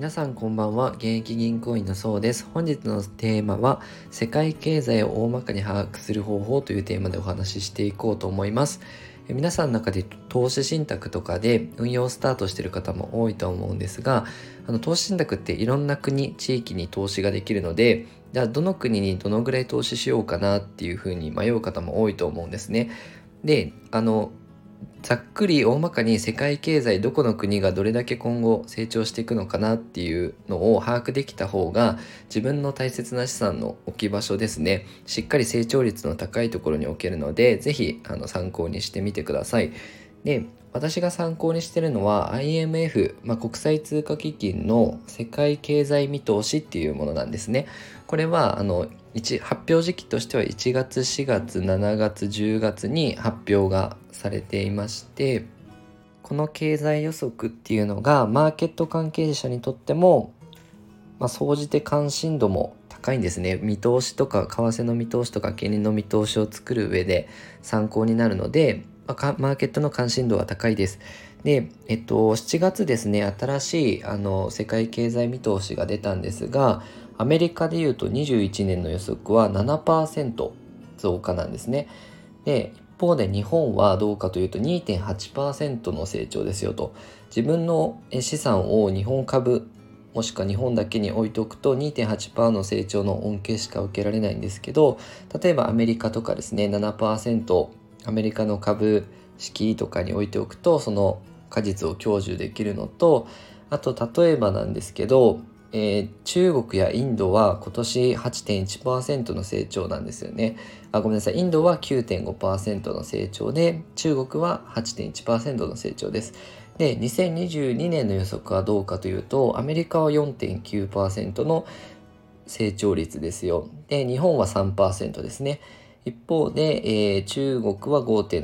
皆さんこんばんは。現役銀行員のそうです。本日のテーマは世界経済を大まかに把握する方法というテーマでお話ししていこうと思います。皆さんの中で投資信託とかで運用スタートしている方も多いと思うんですが、投資信託っていろんな国、地域に投資ができるので、じゃあどの国にどのぐらい投資しようかなっていうふうに迷う方も多いと思うんですね。で、ざっくり大まかに世界経済どこの国がどれだけ今後成長していくのかなっていうのを把握できた方が自分の大切な資産の置き場所ですね、しっかり成長率の高いところに置けるので、ぜひ参考にしてみてください。で、私が参考にしているのは IMF、国際通貨基金の世界経済見通しっていうものなんですね。これは発表時期としては1月、4月、7月、10月に発表がされていまして、この経済予測っていうのがマーケット関係者にとっても、総じて関心度も高いんですね。見通しとか為替の見通しとか金利の見通しを作る上で参考になるので、マーケットの関心度は高いです。で、7月ですね、新しい世界経済見通しが出たんですが、アメリカでいうと21年の予測は 7% 増加なんですね。で、一方で日本はどうかというと 2.8% の成長ですよと。自分の資産を日本株もしくは日本だけに置いておくと 2.8% の成長の恩恵しか受けられないんですけど、例えばアメリカとかですね 7% アメリカの株式とかに置いておくとその果実を享受できるのと、あと例えばなんですけど、中国やインドは今年 8.1% の成長なんですよね。ごめんなさい。インドは 9.5% の成長で、中国は 8.1% の成長です。で、2022年の予測はどうかというと、アメリカは 4.9% の成長率ですよ。で、日本は 3% ですね。一方で、中国は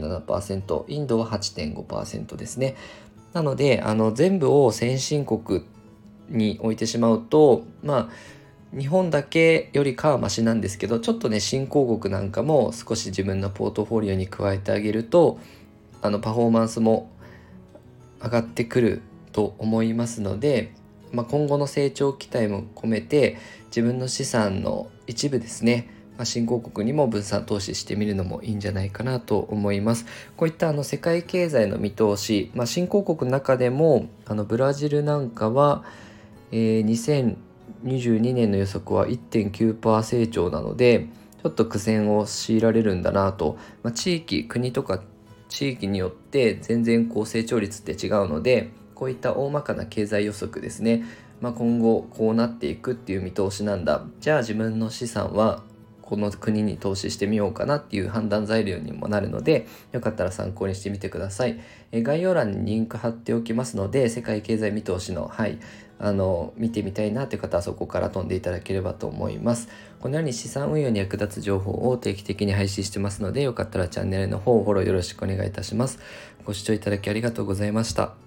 5.7%、インドは 8.5% ですね。なので、全部を先進国に置いてしまうと、日本だけよりかはマシなんですけど、ちょっとね、新興国なんかも少し自分のポートフォリオに加えてあげると、パフォーマンスも上がってくると思いますので、今後の成長期待も込めて自分の資産の一部ですね、新興国にも分散投資してみるのもいいんじゃないかなと思います。こういった世界経済の見通し、新興国の中でもブラジルなんかは、2022年の予測は 1.9% 成長なので、ちょっと苦戦を強いられるんだなと、地域、国とか地域によって全然成長率って違うので、こういった大まかな経済予測ですね、今後こうなっていくっていう見通しなんだ、じゃあ自分の資産はこの国に投資してみようかなっていう判断材料にもなるので、よかったら参考にしてみてください。概要欄にリンク貼っておきますので、世界経済見通しの見てみたいなという方はそこから飛んでいただければと思います。このように資産運用に役立つ情報を定期的に配信してますので、よかったらチャンネルの方フォローよろしくお願いいたします。ご視聴いただきありがとうございました。